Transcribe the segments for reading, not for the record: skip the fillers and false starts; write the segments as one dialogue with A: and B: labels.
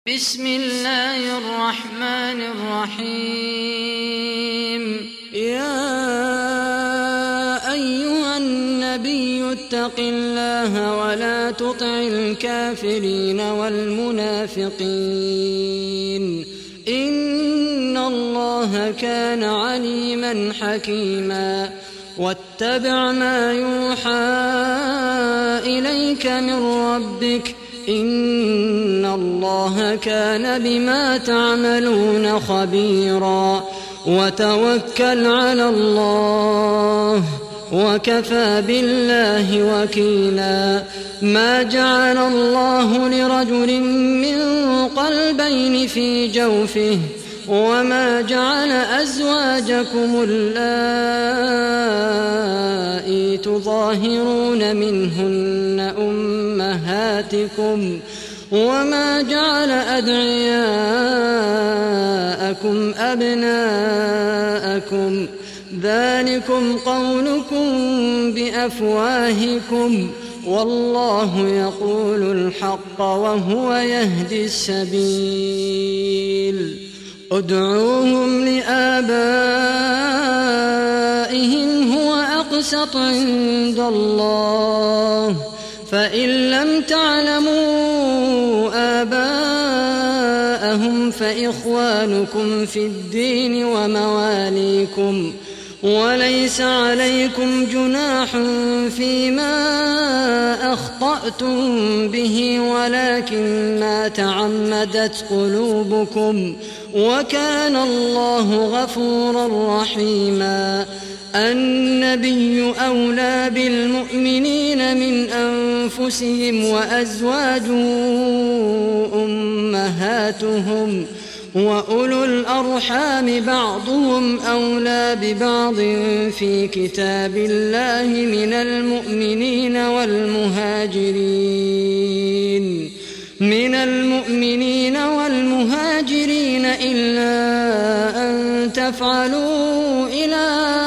A: بسم الله الرحمن الرحيم. يا أيها النبي اتق الله ولا تطع الكافرين والمنافقين إن الله كان عليما حكيما. واتبع ما يوحى إليك من ربك إن الله كان بما تعملون خبيرا. وتوكل على الله وكفى بالله وكيلا. ما جعل الله لرجل من قلبين في جوفه وما جعل أزواجكم اللائي تظاهرون منهن أمهاتكم وما جعل أدعياءكم أبناءكم ذلكم قولكم بأفواهكم والله يقول الحق وهو يهدي السبيل. ادعوهم لآبائهم هو أقسط عند الله فإن لم تعلموا آباءهم فإخوانكم في الدين ومواليكم وليس عليكم جناح فيما أخطأتم به ولكن ما تعمدت قلوبكم وكان الله غفورا رحيما. النبي أولى بالمؤمنين من أنفسهم وأزواجه أمهاتهم وأولو الأرحام بعضهم أولى ببعض في كتاب الله من المؤمنين والمهاجرين إلا أن تفعلوا إلى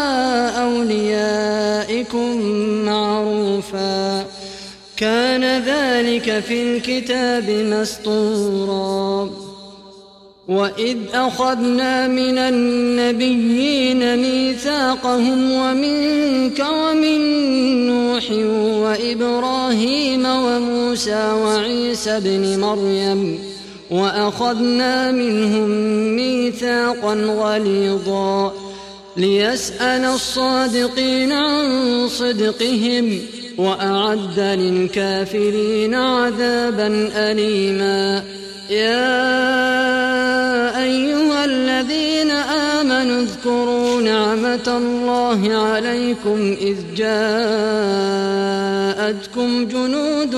A: أوليائكم معروفا كان ذلك في الكتاب مسطورا. وإذ أخذنا من النبيين ميثاقهم ومنك ومن نوح وإبراهيم وموسى وعيسى ابن مريم وأخذنا منهم ميثاقا غليظا ليسأل الصادقين عن صدقهم وأعد للكافرين عذابا أليما. يا أيها الذين آمنوا اذكروا نعمة الله عليكم إذ جاءتكم جنود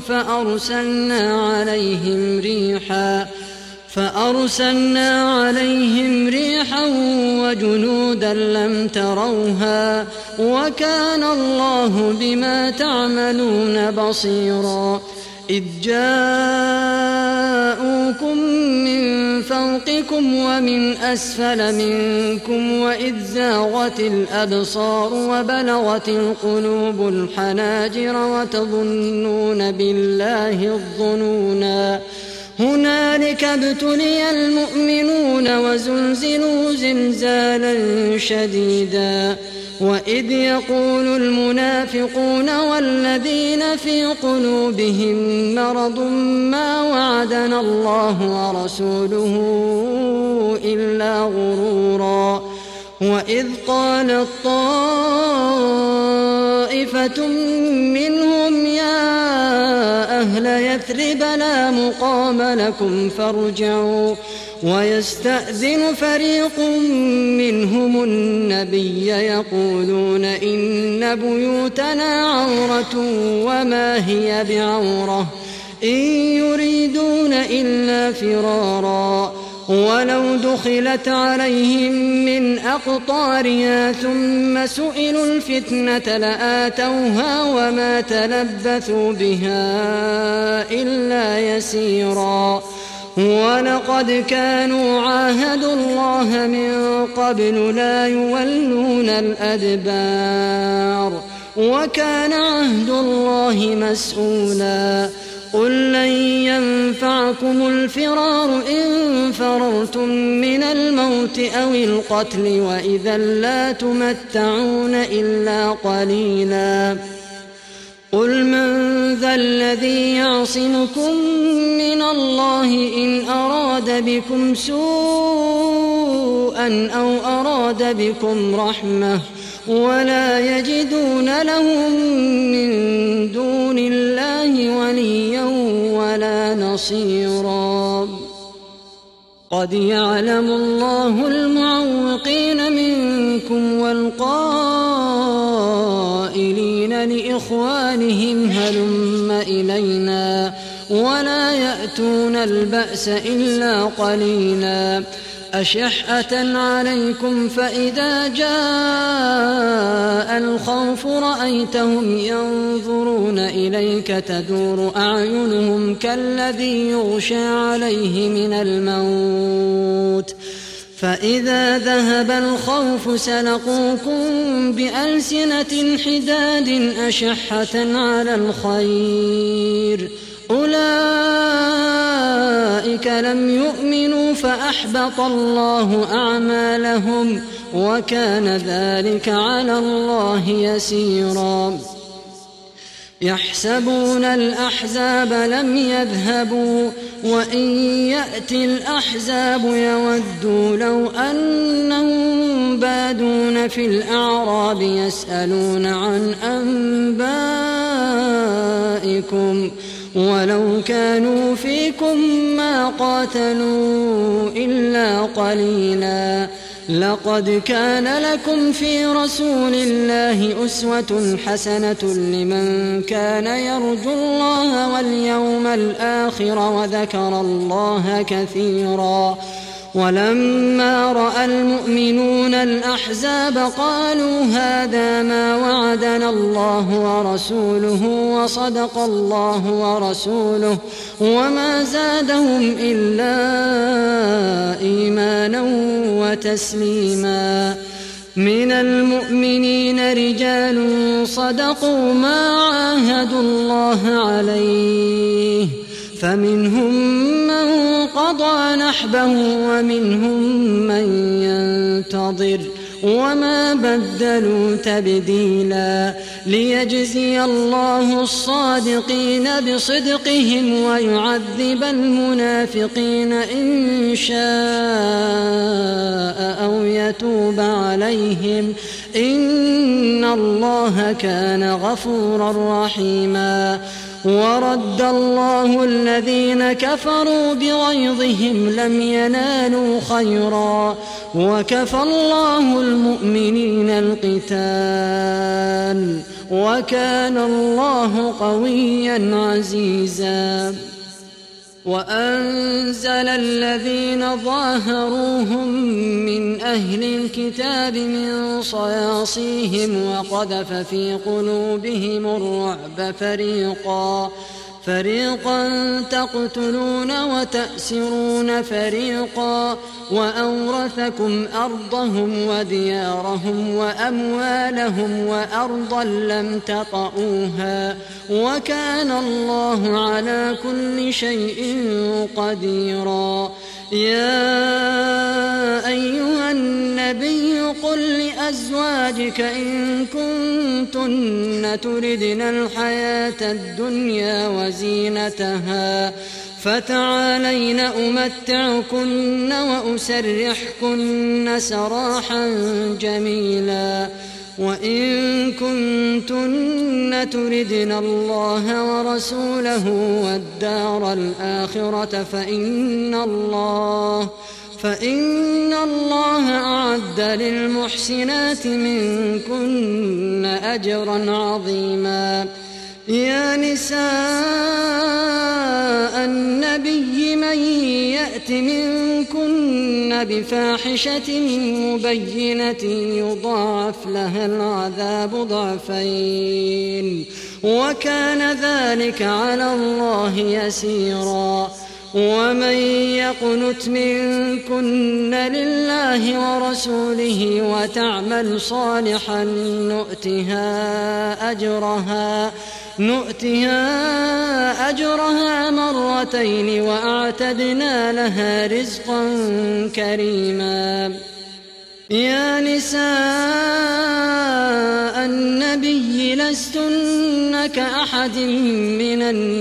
A: فأرسلنا عليهم ريحا وجنودا لم تروها وكان الله بما تعملون بصيرا. إذ جاءوكم من فوقكم ومن أسفل منكم وإذ زاغت الأبصار وبلغت القلوب الحناجر وتظنون بالله الظنونا. هنالك ابتلي المؤمنون وزلزلوا زلزالا شديدا. وإذ يقول المنافقون والذين في قلوبهم مرض ما وعدنا الله ورسوله إلا غرورا. وإذ قالت طائفة منهم يا أهل يثرب لا مقام لكم فارجعوا ويستأذن فريق منهم النبي يقولون إن بيوتنا عورة وما هي بعورة إن يريدون إلا فرارا ولو دخلت عليهم من أقطارها ثم سئلوا الفتنة لآتوها وما تلبثوا بها إلا يسيرا. ولقد كانوا عاهدوا الله من قبل لا يولون الأدبار وكان عهد الله مسؤولا. قل لن ينفعكم الفرار إن فررتم من الموت أو القتل وإذا لا تمتعون إلا قليلا قل من ذا الذي يعصمكم من الله إن أراد بكم سوءا أو أراد بكم رحمة ولا يجدون لهم من دون الله وليا ولا نصيرا قد يعلم الله المعوقين منكم والقائلين لإخوانهم هلم إلينا ولا يأتون البأس إلا قليلا أشحة عليكم فإذا جاء الخوف رأيتهم ينظرون إليك تدور أعينهم كالذي يغشى عليه من الموت فإذا ذهب الخوف سلقوكم بألسنة حداد أشحة على الخير أولئك لم يؤمنوا فأحبط الله أعمالهم وكان ذلك على الله يسيرا يحسبون الأحزاب لم يذهبوا وإن يأتي الأحزاب يودوا لو أنهم بادون في الأعراب يسألون عن أنبائكم ولو كانوا فيكم ما قاتلوا إلا قليلا لقد كان لكم في رسول الله أسوة حسنة لمن كان يرجو الله واليوم الآخر وذكر الله كثيرا ولما رأى المؤمنون الأحزاب قالوا هذا ما وعدنا الله ورسوله وصدق الله ورسوله وما زادهم إلا إيمانا وتسليما من المؤمنين رجال صدقوا ما عاهدوا الله عليه فمنهم من قضى نحبه ومنهم من ينتظر وما بدلوا تبديلا ليجزي الله الصادقين بصدقهم ويعذب المنافقين إن شاء أو يتوب عليهم إن الله كان غفورا رحيما ورد الله الذين كفروا بغيظهم لم ينالوا خيرا وكفى الله المؤمنين القتال وكان الله قويا عزيزا وأنزل الذين ظاهروهم من أهل الكتاب من صياصيهم وقذف في قلوبهم الرعب فريقا تقتلون وتأسرون فريقا وأورثكم أرضهم وديارهم وأموالهم وأرضا لم تطئوها وكان الله على كل شيء قديرا يا أيها النبي قل لأزواجك إن كنتن تردن الحياة الدنيا وزينتها فتعالين أمتعكن وأسرحكن سراحا جميلا وإن كنتن تردن الله ورسوله والدار الآخرة فإن الله أعد للمحسنات منكن أجرا عظيما يا نساء النبي من يأت منكن بفاحشة مبينة يضاعف لها العذاب ضعفين وكان ذلك على الله يسيرا ومن يقنت منكن لله ورسوله وتعمل صالحا نؤتها نؤتها أجرها مرتين وأعتدنا لها رزقا كريما. يا نساء النبي لستن كأحد من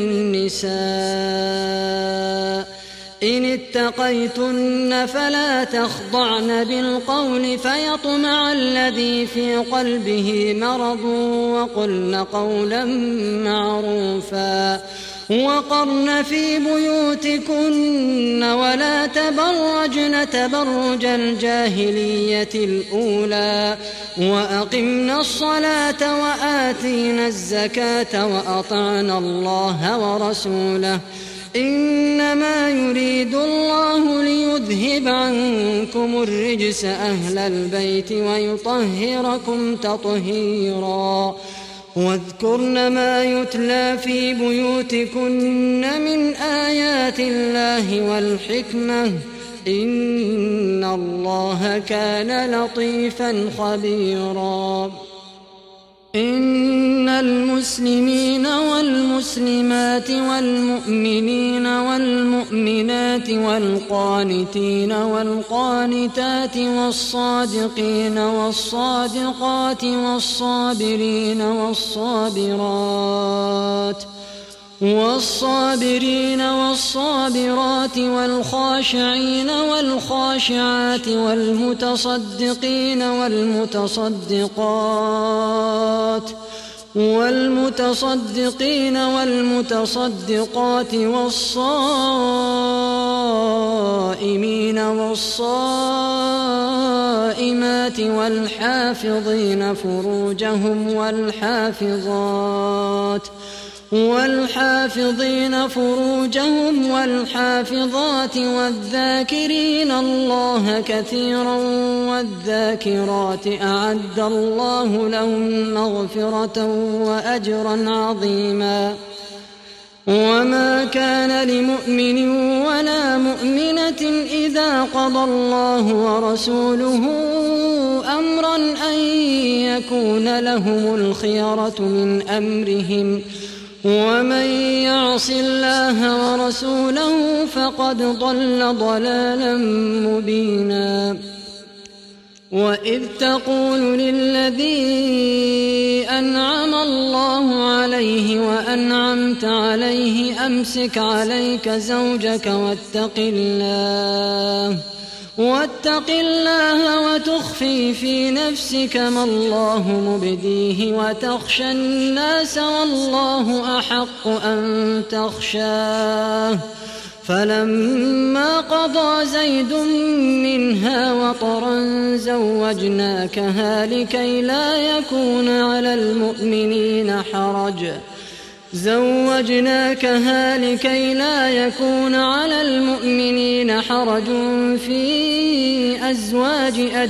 A: النساء إن اتقيتن فلا تخضعن بالقول فيطمع الذي في قلبه مرض وقلن قولا معروفا. وقرن في بيوتكن ولا تبرجن تبرج الجاهلية الأولى وأقمنا الصلاة وآتينا الزكاة وأطعنا الله ورسوله إنما يريد الله ليذهب عنكم الرجس أهل البيت ويطهركم تطهيرا. واذكرن ما يتلى في بيوتكن من آيات الله والحكمة إن الله كان لطيفا خبيرا. إن المسلمين والمسلمات والمؤمنين والمؤمنات والقانتين والقانتات والصادقين والصادقات والصابرين والصابرات والخاشعين والخاشعات والمتصدقين والمتصدقات والصائمين والصائمات والحافظين فروجهم والحافظات والذاكرين الله كثيرا والذاكرات أعد الله لهم مغفرة وأجرا عظيما. وما كان لمؤمن ولا مؤمنة إذا قضى الله ورسوله أمرا أن يكون لهم الخيرة من أمرهم ومن يعص الله ورسوله فقد ضل ضلالا مبينا. وإذ تقول للذي أنعم الله عليه وأنعمت عليه أمسك عليك زوجك واتق الله وتخفي في نفسك ما الله مبديه وتخشى الناس والله أحق أن تخشاه. فلما قضى زيد منها وطرا زوجناكها لكي لا يكون على المؤمنين حرج في أزواج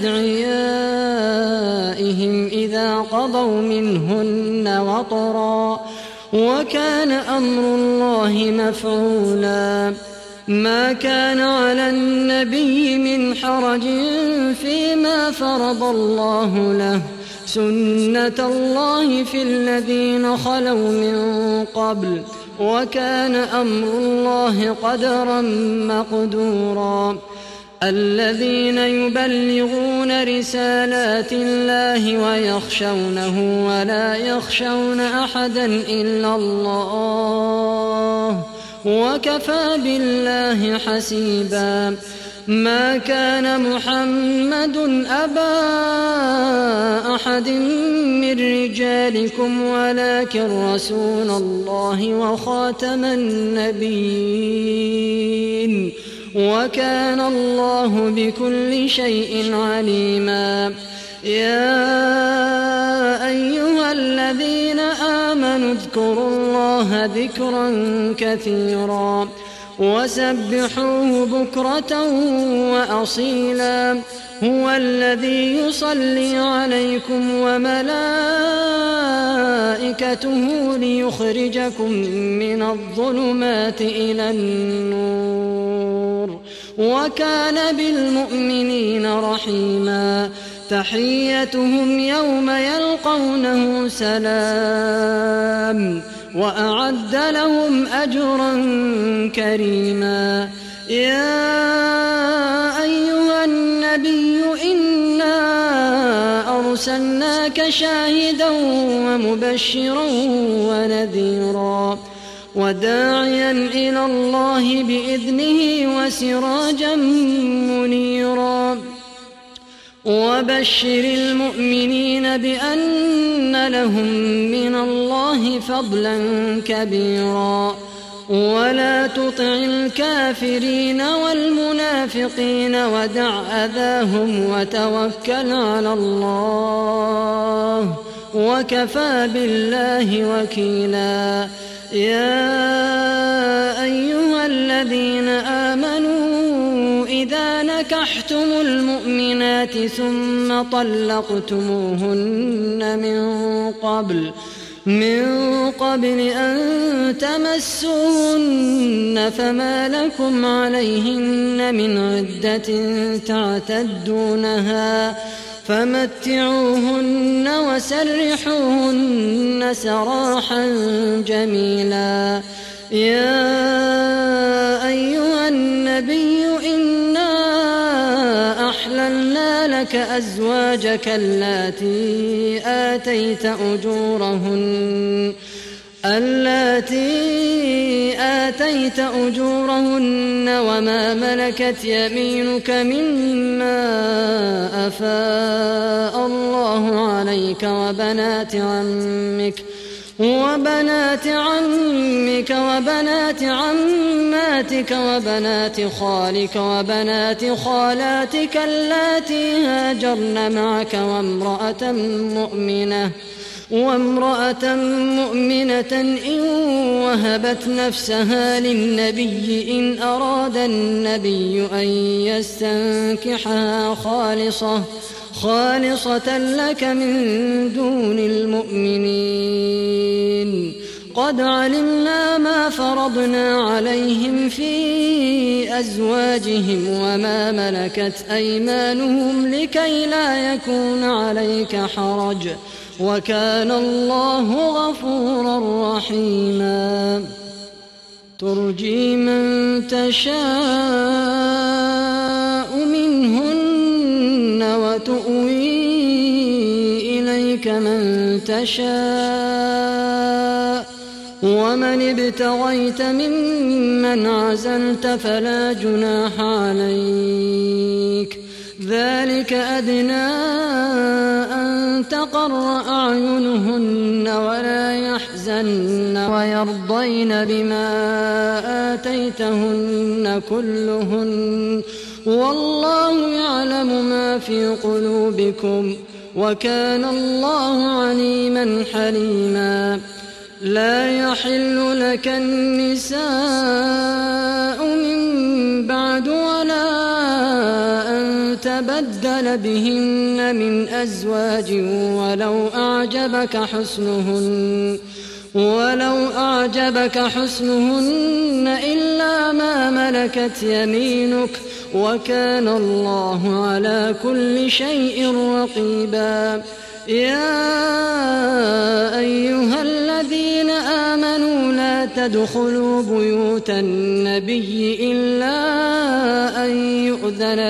A: أدعيائهم إذا قضوا منهن وطرا وكان أمر الله مفعولا. ما كان على النبي من حرج فيما فرض الله له سنة الله في الذين خلوا من قبل وكان أمر الله قدرا مقدورا. الذين يبلغون رسالات الله ويخشونه ولا يخشون أحدا إلا الله وكفى بالله حسيبا. ما كان محمد أبا أحد من رجالكم ولكن رسول الله وخاتم النبيين وكان الله بكل شيء عليما. يا أيها الذين آمنوا اذكروا الله ذكرا كثيرا وسبحوه بكرة وأصيلا. هو الذي يصلي عليكم وملائكته ليخرجكم من الظلمات إلى النور وكان بالمؤمنين رحيما. تحيتهم يوم يلقونه سلام وأعد لهم أجرا كريما. يا أيها النبي إنا أرسلناك شاهدا ومبشرا ونذيرا وداعيا إلى الله بإذنه وسراجا منيرا وبشر المؤمنين بأن لهم من الله فضلا كبيرا ولا تطع الكافرين والمنافقين ودع أذاهم وتوكل على الله وكفى بالله وكيلا. يا أيها الذين آمنوا إذا نكحتم المؤمنات ثم طلقتموهن من قبل أن تمسوهن فما لكم عليهن من عدة تعتدونها فمتعوهن وسرحوهن سراحا جميلا. يا أيها النبي إنا أحللنا لك أزواجك اللاتي آتيت أجورهن وما ملكت يمينك مما أفاء الله عليك وبنات عمك وبنات عماتك وبنات خالك وبنات خالاتك اللاتي هاجرن معك وامرأة مؤمنة إن وهبت نفسها للنبي إن أراد النبي أن يستنكحها خالصة لك من دون المؤمنين. قد علمنا ما فرضنا عليهم في أزواجهم وما ملكت أيمانهم لكي لا يكون عليك حرج وكان الله غفورا رحيما. ترجي من تشاء منهن وتؤوي إليك من تشاء ومن ابتغيت ممن عزلت فلا جناح عليك. ذلك أدنى أن تقر أعينهن ولا يحزن ويرضين بما آتيتهن كلهن والله يعلم ما في قلوبكم وكان الله عليما حليما. لا يحل لك النساء من بعد ولا أن تبدل بهن من أزواج ولو أعجبك حسنهن إلا ما ملكت يمينك وكان الله على كل شيء رقيبا. يا أيها الذين آمنوا لا تدخلوا بيوت النبي إلا أن يؤذن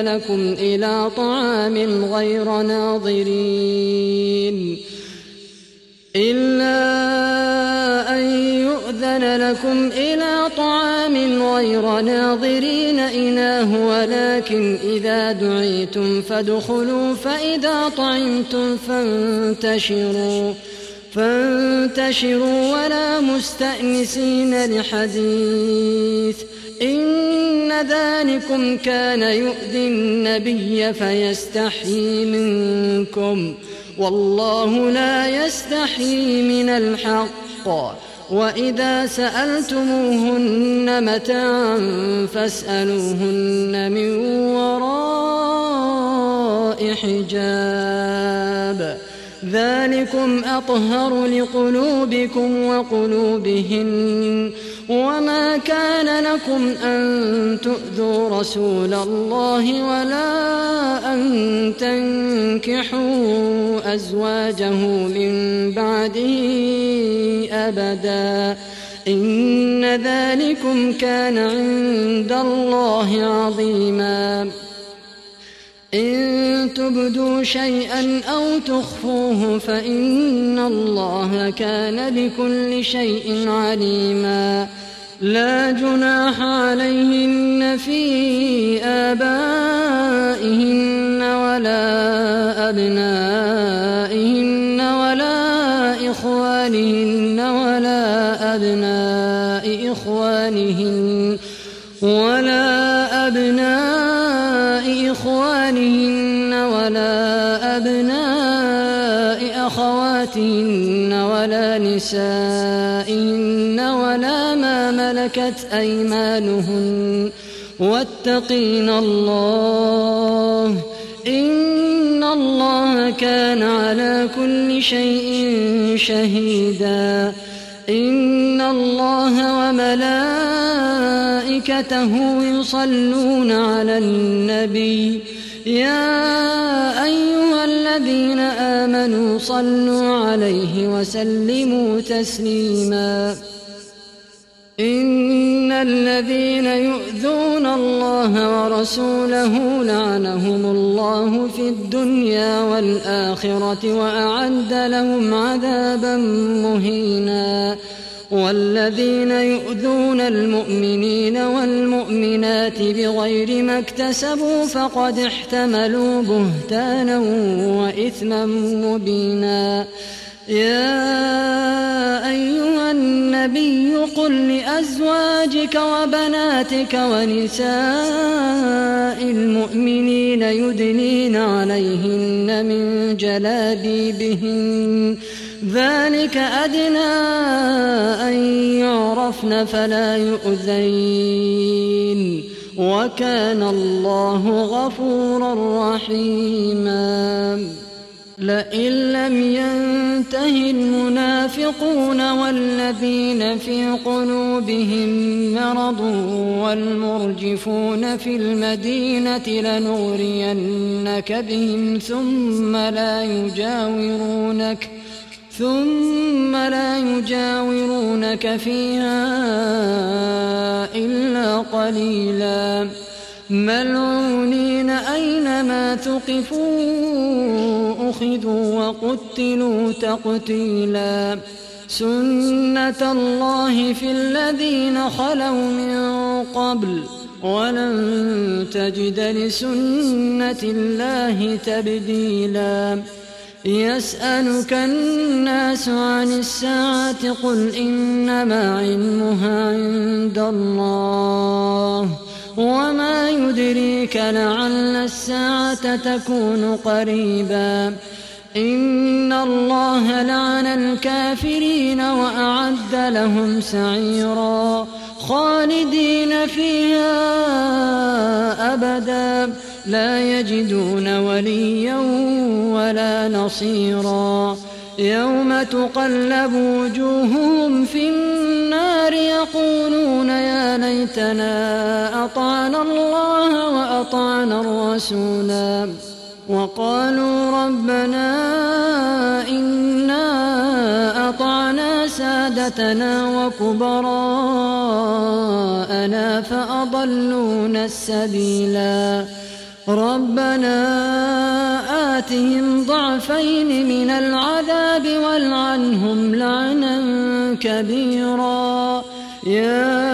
A: لكم إلى طعام غير ناظرين إناه ولكن إذا دعيتم فادخلوا فإذا طعمتم فانتشروا ولا مستأنسين لحديث إن ذلكم كان يؤذي النبي فيستحيي منكم والله لا يستحيي من الحق. وإذا سألتموهن متاعا فاسألوهن من وراء حجاب ذلكم أطهر لقلوبكم وقلوبهن وما كان لكم أن تؤذوا رسول الله ولا أن تنكحوا أزواجه من بعده أبدا إن ذلكم كان عند الله عظيما إن تبدوا شيئا أو تخفوه فإن الله كان بكل شيء عليما لا جناح عليهن في آبائهن ولا أبنائهن ولا إخوانهن ولا أبناء إخوانهن ولا أبناء أخواتهن ولا نسائهن ولا ما ملكت أيمانهن واتقين الله إن الله كان على كل شيء شهيدا إن الله وملائكته يصلون على النبي يا أيها الذين آمنوا صلوا عليه وسلموا تسليما إن الذين يؤذون الله ورسوله لعنهم الله في الدنيا والآخرة وأعد لهم عذابا مهينا والذين يؤذون المؤمنين والمؤمنات بغير ما اكتسبوا فقد احتملوا بهتانا وإثما مبينا يا أيها النبي قل لأزواجك وبناتك ونساء المؤمنين يدنين عليهن من جلابيبهن ذلك أدنى أن يعرفن فلا يؤذين وكان الله غفورا رحيما لئن لم ينته المنافقون والذين في قلوبهم مرض والمرجفون في المدينة لنغرينك بهم ثم لا يجاورونك فيها إلا قليلا ملعونين أينما ثقفوا أخذوا وقتلوا تقتيلا سنة الله في الذين خلوا من قبل ولن تجد لسنة الله تبديلا يسألك الناس عن الساعة قل إنما علمها عند الله وما يدريك لعل الساعة تكون قريبا إن الله لعن الكافرين وأعد لهم سعيرا خالدين فيها أبدا لا يجدون وليا ولا نصيرا يوم تقلب وجوههم في النار يقولون يا ليتنا أطعنا الله وأطعنا الرسولا وقالوا ربنا إنا أطعنا سادتنا وكبراءنا فأضلونا السبيلا ربنا آتهم ضعفين من العذاب والعنهم لعنا كبيرا يا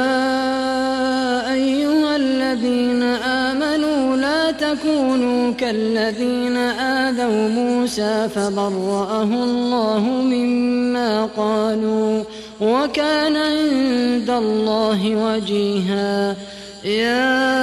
A: أيها الذين آمنوا لا تكونوا كالذين آذوا موسى فبرأه الله مما قالوا وكان عند الله وجيها يا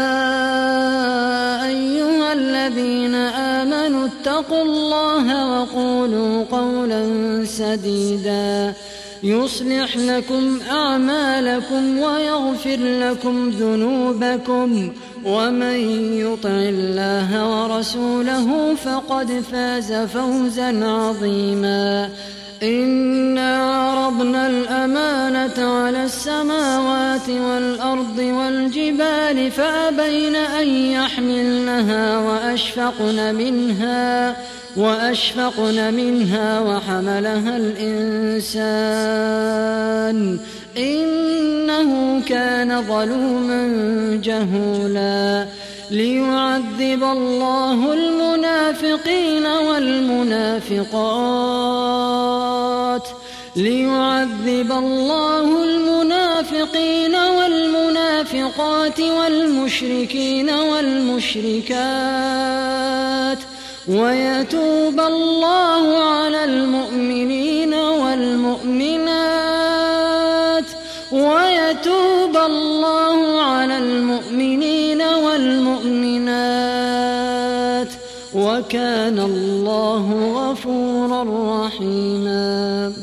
A: أيها الذين آمنوا اتقوا الله وقولوا قولا سديدا يصلح لكم أعمالكم ويغفر لكم ذنوبكم ومن يطع الله ورسوله فقد فاز فوزا عظيما إنا عرضنا الأمانة على السماوات والأرض والجبال فأبين أن يحملنها وأشفقن منها وحملها الإنسان إنه كان ظلوما جهولا ليعذب الله المنافقين والمنافقات والمشركين والمشركات ويتوب الله على المؤمنين والمؤمنات وكان الله غفورا رحيما